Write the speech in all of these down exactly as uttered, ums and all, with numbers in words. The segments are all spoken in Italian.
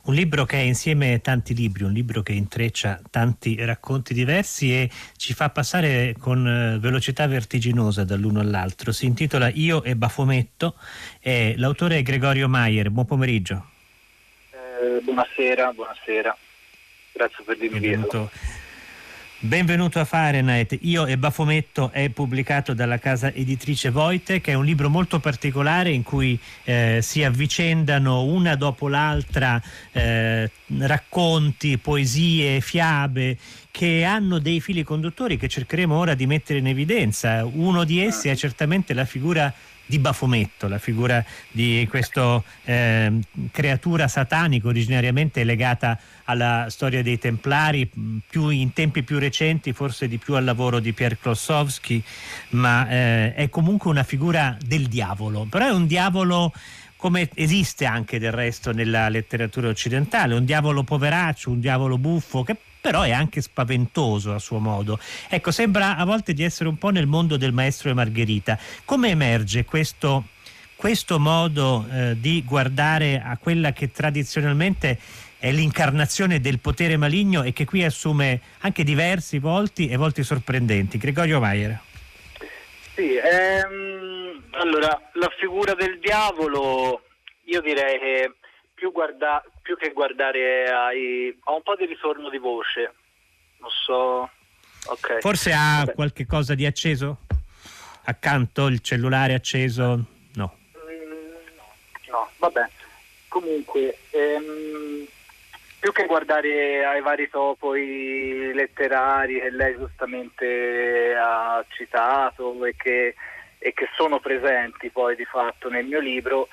Un libro che è insieme tanti libri, un libro che intreccia tanti racconti diversi e ci fa passare con eh, velocità vertiginosa dall'uno all'altro. Si intitola Io e Baphometto e l'autore è Gregorio Maier. Buon pomeriggio. Eh, buonasera, buonasera. Grazie per l'invito. Benvenuto. Benvenuto a Fahrenheit. Io e Baphometto è pubblicato dalla casa editrice Voite, che è un libro molto particolare in cui eh, si avvicendano una dopo l'altra eh, racconti, poesie, fiabe che hanno dei fili conduttori che cercheremo ora di mettere in evidenza. Uno di essi è certamente la figura di Baphometto, la figura di questo eh, creatura satanico originariamente legata alla storia dei Templari, più in tempi più recenti, forse di più al lavoro di Pierre Klossowski, ma eh, è comunque una figura del diavolo, però è un diavolo come esiste anche del resto nella letteratura occidentale, un diavolo poveraccio, un diavolo buffo, che però è anche spaventoso a suo modo. Ecco, sembra a volte di essere un po' nel mondo del Maestro e Margherita. Come emerge questo, questo modo eh, di guardare a quella che tradizionalmente è l'incarnazione del potere maligno e che qui assume anche diversi volti e volti sorprendenti? Gregorio Maier. Sì, ehm, allora, la figura del diavolo, io direi che più, guarda, più che guardare ai, ha un po' di ritorno di voce, non so, ok. Forse ha Vabbè. qualche cosa di acceso? Accanto, il cellulare acceso? No. Mm, no, vabbè. Comunque, ehm, più che guardare ai vari topoi letterari che lei giustamente ha citato e che, e che sono presenti poi di fatto nel mio libro,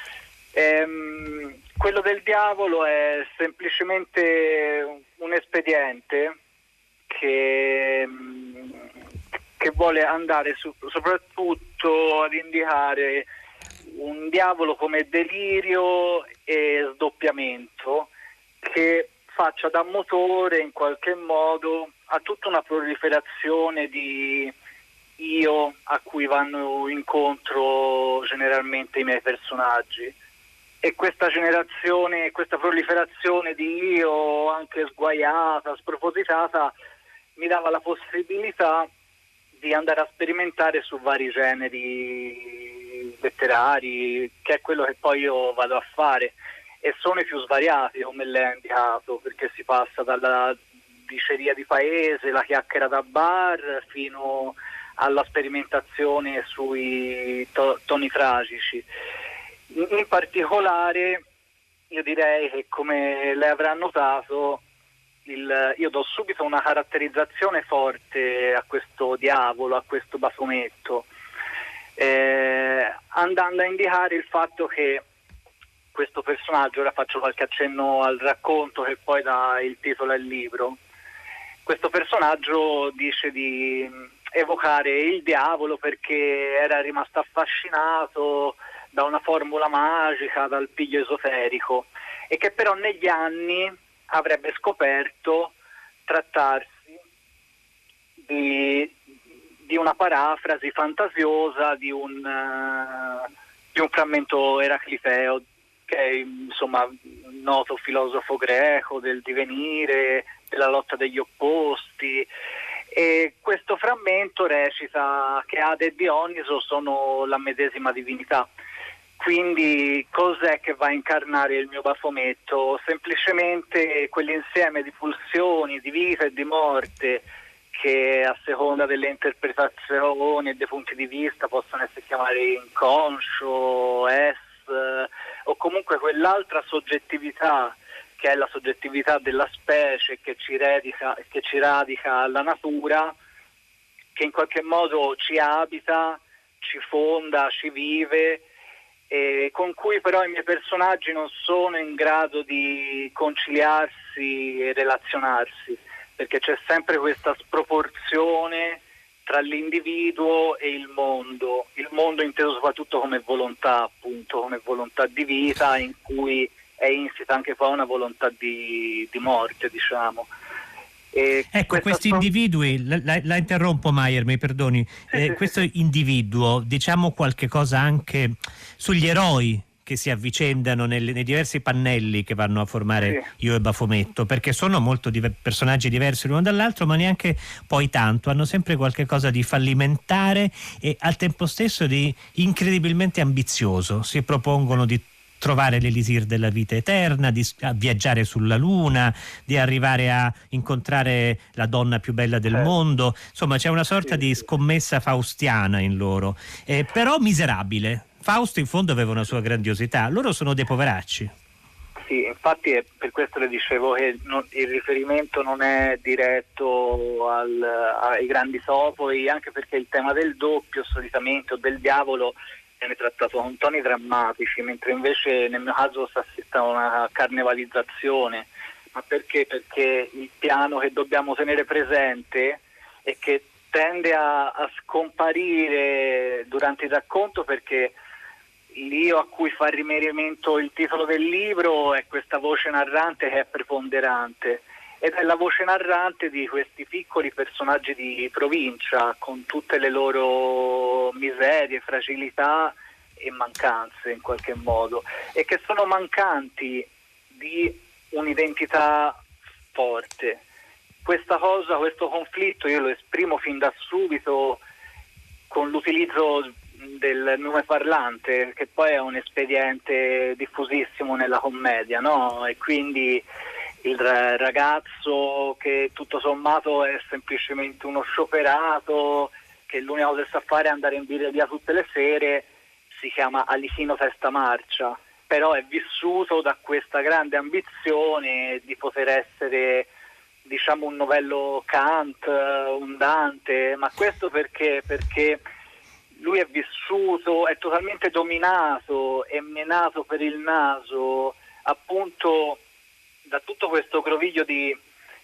ehm, quello del diavolo è semplicemente un espediente che, che vuole andare su, soprattutto ad indicare un diavolo come delirio e sdoppiamento che faccia da motore in qualche modo a tutta una proliferazione di io a cui vanno incontro generalmente i miei personaggi. E questa generazione, questa proliferazione di io anche sguaiata, spropositata, mi dava la possibilità di andare a sperimentare su vari generi letterari, che è quello che poi io vado a fare, e sono i più svariati, come lei ha indicato, perché si passa dalla diceria di paese, la chiacchiera da bar, fino alla sperimentazione sui to- toni tragici. In particolare io direi che, come lei avrà notato, il, io do subito una caratterizzazione forte a questo diavolo, a questo Baphometto, eh, andando a indicare il fatto che questo personaggio, ora faccio qualche accenno al racconto che poi dà il titolo al libro, questo personaggio dice di evocare il diavolo perché era rimasto affascinato da una formula magica, dal piglio esoterico, e che però negli anni avrebbe scoperto trattarsi di, di una parafrasi fantasiosa di un, uh, di un frammento eracliteo, che è insomma un noto filosofo greco del divenire, della lotta degli opposti. E questo frammento recita che Ade e Dioniso sono la medesima divinità. Quindi cos'è che va a incarnare il mio Baphometto? Semplicemente quell'insieme di pulsioni, di vita e di morte che a seconda delle interpretazioni e dei punti di vista possono essere chiamati inconscio, es, o comunque quell'altra soggettività che è la soggettività della specie che ci radica, che ci radica alla natura, che in qualche modo ci abita, ci fonda, ci vive, e con cui però i miei personaggi non sono in grado di conciliarsi e relazionarsi, perché c'è sempre questa sproporzione tra l'individuo e il mondo, il mondo inteso soprattutto come volontà, appunto, come volontà di vita, in cui è insita anche poi una volontà di, di morte, diciamo. E ecco, questi sto... individui, la, la interrompo Maier, mi perdoni, sì, eh, sì, questo sì, sì. individuo, diciamo qualche cosa anche sugli eroi che che si avvicendano nelle, nei diversi pannelli che vanno a formare Sì. Io e Bafometto, perché sono molto diver- personaggi diversi l'uno dall'altro, ma neanche poi tanto, hanno sempre qualche cosa di fallimentare e al tempo stesso di incredibilmente ambizioso. Si propongono di trovare l'elisir della vita eterna, di a viaggiare sulla luna, di arrivare a incontrare la donna più bella del Certo. mondo. Insomma, c'è una sorta Sì, di sì. scommessa faustiana in loro, eh, però miserabile. Fausto in fondo aveva una sua grandiosità, loro sono dei poveracci. Sì, infatti è per questo le dicevo che non, il riferimento non è diretto al, ai grandi sopoi, anche perché il tema del doppio solitamente o del diavolo viene trattato con toni drammatici, mentre invece nel mio caso si assiste a una carnevalizzazione. Ma perché? Perché il piano che dobbiamo tenere presente è che tende a, a scomparire durante il racconto, perché l'io a cui fa riferimento il titolo del libro è questa voce narrante che è preponderante, ed è la voce narrante di questi piccoli personaggi di provincia con tutte le loro miserie, fragilità e mancanze in qualche modo, e che sono mancanti di un'identità forte. Questa cosa, questo conflitto io lo esprimo fin da subito con l'utilizzo del nome parlante, che poi è un espediente diffusissimo nella commedia, no? E quindi il ragazzo che tutto sommato è semplicemente uno scioperato, che l'unica cosa che sa fare è andare in birreria tutte le sere, si chiama Alichino Testa Marcia, però è vissuto da questa grande ambizione di poter essere, diciamo, un novello Kant, un Dante. Ma questo perché? Perché lui è vissuto, è totalmente dominato e menato per il naso appunto da tutto questo groviglio di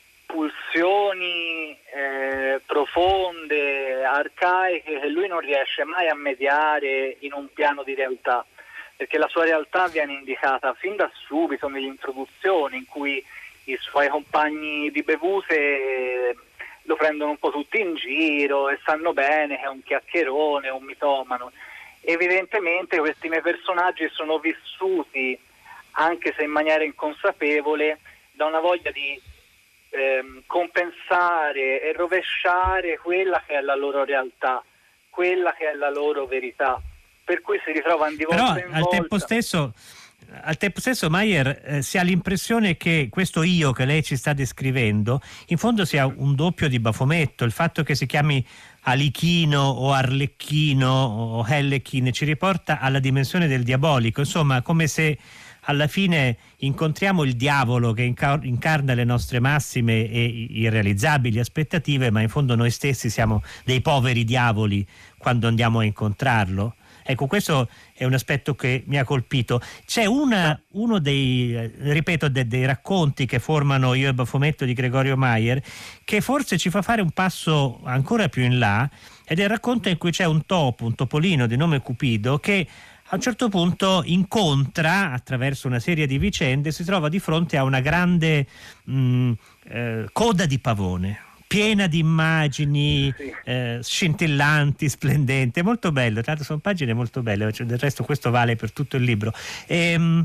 pulsioni eh, profonde, arcaiche, che lui non riesce mai a mediare in un piano di realtà, perché la sua realtà viene indicata fin da subito nell'introduzione, in cui i suoi compagni di bevute lo prendono un po' tutti in giro e sanno bene che è un chiacchierone, un mitomano. Evidentemente questi miei personaggi sono vissuti, anche se in maniera inconsapevole, da una voglia di ehm, compensare e rovesciare quella che è la loro realtà, quella che è la loro verità, per cui si ritrovano di volta Però in al volta. tempo stesso Al tempo stesso Maier eh, si ha l'impressione che questo io che lei ci sta descrivendo in fondo sia un doppio di Bafometto. Il fatto che si chiami Alichino o Arlecchino o Hellekin ci riporta alla dimensione del diabolico, insomma, come se alla fine incontriamo il diavolo che incar- incarna le nostre massime e irrealizzabili aspettative, ma in fondo noi stessi siamo dei poveri diavoli quando andiamo a incontrarlo. Ecco, questo è un aspetto che mi ha colpito. C'è una, uno dei, eh, ripeto, de, dei racconti che formano Io e Bafometto di Gregorio Maier, che forse ci fa fare un passo ancora più in là, ed è il racconto in cui c'è un topo, un topolino di nome Cupido, che a un certo punto incontra, attraverso una serie di vicende, si trova di fronte a una grande mh, eh, coda di pavone, piena di immagini Sì. eh, scintillanti, splendenti, molto bello. Tra l'altro sono pagine molto belle, cioè, del resto questo vale per tutto il libro. E,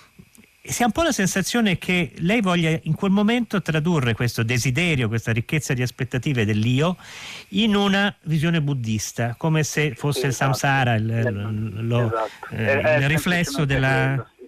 si ha un po' la sensazione che lei voglia in quel momento tradurre questo desiderio, questa ricchezza di aspettative dell'io in una visione buddista, come se fosse Sì, il esatto. samsara, il, lo, Esatto. eh, È- è il riflesso semplicemente della... quello, sì.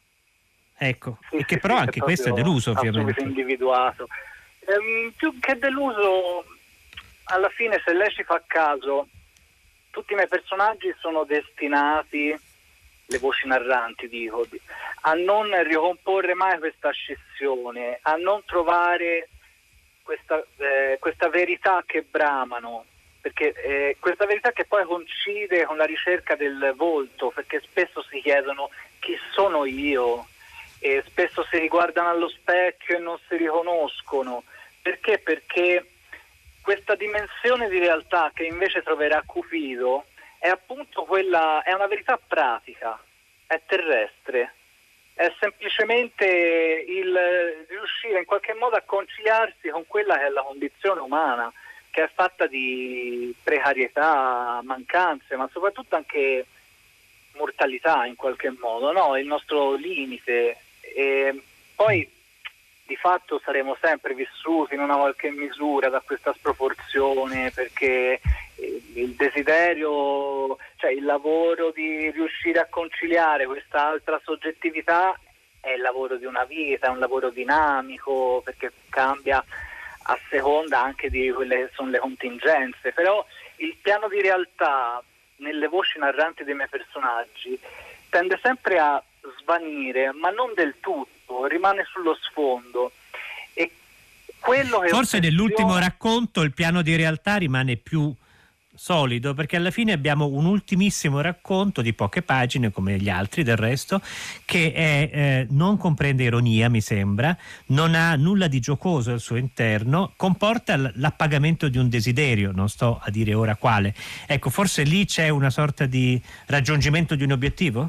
Ecco, Sì, e che sì, però sì, anche è questo è proprio deluso, ha subito ovviamente. individuato. Ehm, più che deluso, alla fine, se lei ci fa caso, tutti i miei personaggi sono destinati, le voci narranti dico, a non ricomporre mai questa scissione, a non trovare questa, eh, questa verità che bramano, perché eh, questa verità che poi coincide con la ricerca del volto, perché spesso si chiedono chi sono io, e spesso si riguardano allo specchio e non si riconoscono. Perché? Perché questa dimensione di realtà che invece troverà Cupido è appunto quella, è una verità pratica, è terrestre, è semplicemente il riuscire in qualche modo a conciliarsi con quella che è la condizione umana, che è fatta di precarietà, mancanze, ma soprattutto anche mortalità in qualche modo, no? Il nostro limite. E poi di fatto saremo sempre vissuti in una qualche misura da questa sproporzione, perché il desiderio, cioè il lavoro di riuscire a conciliare questa altra soggettività è il lavoro di una vita, è un lavoro dinamico, perché cambia a seconda anche di quelle che sono le contingenze. Però il piano di realtà nelle voci narranti dei miei personaggi tende sempre a svanire, ma non del tutto, rimane sullo sfondo. E quello che forse ossessiona... nell'ultimo racconto il piano di realtà rimane più solido, perché alla fine abbiamo un ultimissimo racconto di poche pagine, come gli altri del resto, che è, eh, non comprende ironia, mi sembra, non ha nulla di giocoso al suo interno, comporta l'appagamento di un desiderio, non sto a dire ora quale. Ecco, forse lì c'è una sorta di raggiungimento di un obiettivo?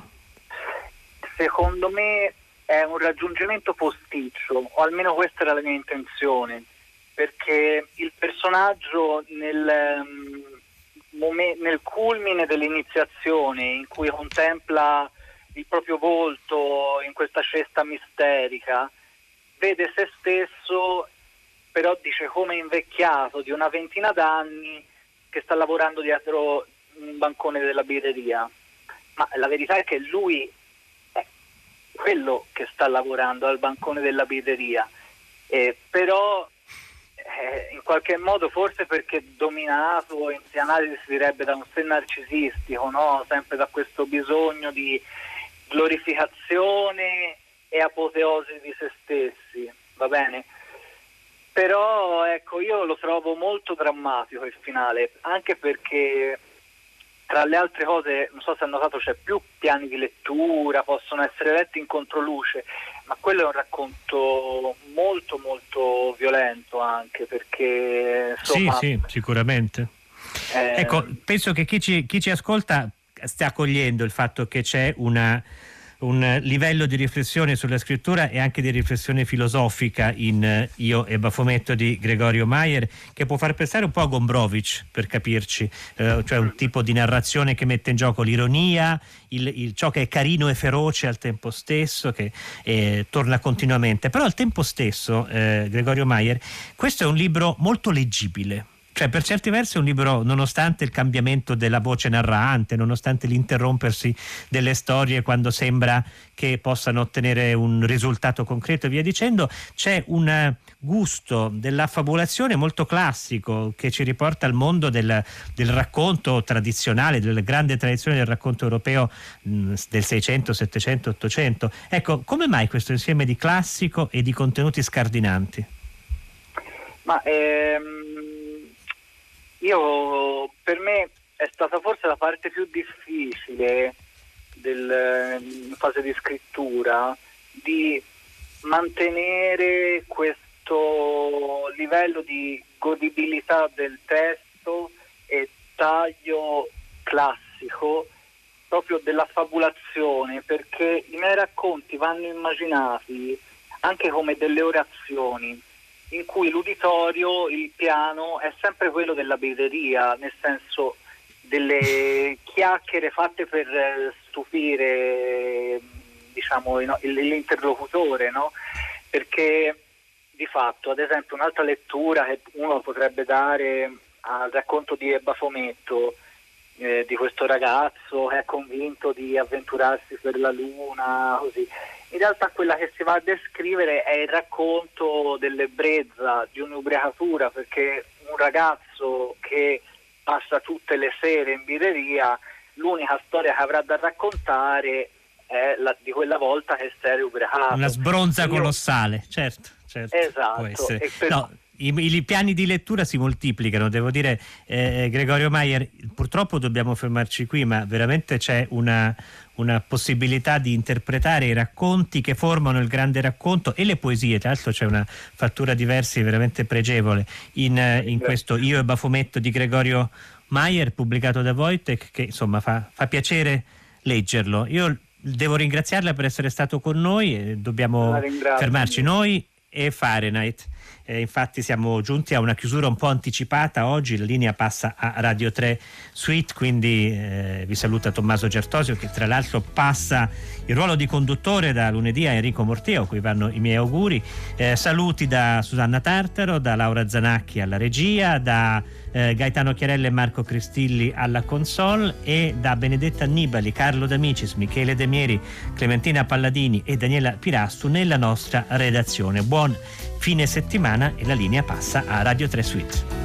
Secondo me è un raggiungimento posticcio, o almeno questa era la mia intenzione, perché il personaggio nel... nel culmine dell'iniziazione, in cui contempla il proprio volto in questa cesta misterica, vede se stesso, però dice come invecchiato di una ventina d'anni che sta lavorando dietro un bancone della birreria. Ma la verità è che lui è quello che sta lavorando al bancone della birreria, eh, però Eh, in qualche modo, forse perché dominato, in psianalisi si direbbe, da un sé narcisistico, no? Sempre da questo bisogno di glorificazione e apoteosi di se stessi, va bene? Però ecco, io lo trovo molto drammatico il finale, anche perché tra le altre cose, non so se hai notato, c'è più piani di lettura, possono essere letti in controluce, ma quello è un racconto molto molto violento, anche perché insomma, sì, sì, sicuramente. Eh... Ecco, penso che chi ci, chi ci ascolta stia cogliendo il fatto che c'è una un livello di riflessione sulla scrittura e anche di riflessione filosofica in Io e Baphometto di Gregorio Mayer, che può far pensare un po' a Gombrowicz, per capirci, eh, cioè un tipo di narrazione che mette in gioco l'ironia, il, il, ciò che è carino e feroce al tempo stesso, che eh, torna continuamente. Però al tempo stesso, eh, Gregorio Mayer, questo è un libro molto leggibile. Cioè, per certi versi è un libro, nonostante il cambiamento della voce narrante, nonostante l'interrompersi delle storie quando sembra che possano ottenere un risultato concreto e via dicendo, c'è un gusto dell'affabulazione molto classico che ci riporta al mondo del, del racconto tradizionale, della grande tradizione del racconto europeo mh, del seicento, settecento, ottocento. Ecco, come mai questo insieme di classico e di contenuti scardinanti? Ma ehm... Io, per me è stata forse la parte più difficile del, in fase di scrittura, di mantenere questo livello di godibilità del testo e taglio classico proprio della fabulazione, perché i miei racconti vanno immaginati anche come delle orazioni, in cui l'uditorio, il piano, è sempre quello della birreria, nel senso delle chiacchiere fatte per stupire, diciamo, l'interlocutore, no? Perché di fatto, ad esempio, un'altra lettura che uno potrebbe dare al racconto di Baphometto, eh, di questo ragazzo che è convinto di avventurarsi per la luna, così. In realtà quella che si va a descrivere è il racconto dell'ebbrezza, di un'ubriacatura, perché un ragazzo che passa tutte le sere in birreria, l'unica storia che avrà da raccontare è la, di quella volta che si era ubriacato. Una sbronza Io... colossale, certo, certo. Esatto. Può essere. Per... No, i, i piani di lettura si moltiplicano, devo dire, eh, Gregorio Mayer, purtroppo dobbiamo fermarci qui, ma veramente c'è una, una possibilità di interpretare i racconti che formano il grande racconto e le poesie. Tra l'altro c'è una fattura di versi veramente pregevole in, in questo Io e Baphometto di Gregorio Mayer, pubblicato da Wojtek, che insomma fa, fa piacere leggerlo. Io devo ringraziarla per essere stato con noi e dobbiamo fermarci noi e Fahrenheit. Eh, infatti siamo giunti a una chiusura un po' anticipata oggi, la linea passa a Radio tre Suite, quindi eh, vi saluta Tommaso Certosio, che tra l'altro passa il ruolo di conduttore da lunedì a Enrico Mortea, a cui vanno i miei auguri. Eh, saluti da Susanna Tartaro, da Laura Zanacchi alla regia, da eh, Gaetano Chiarella e Marco Cristilli alla console, e da Benedetta Annibali, Carlo D'Amicis, Michele De Mieri, Clementina Palladini e Daniela Pirastu nella nostra redazione. Buon fine settimana, e la linea passa a Radio tre Suite.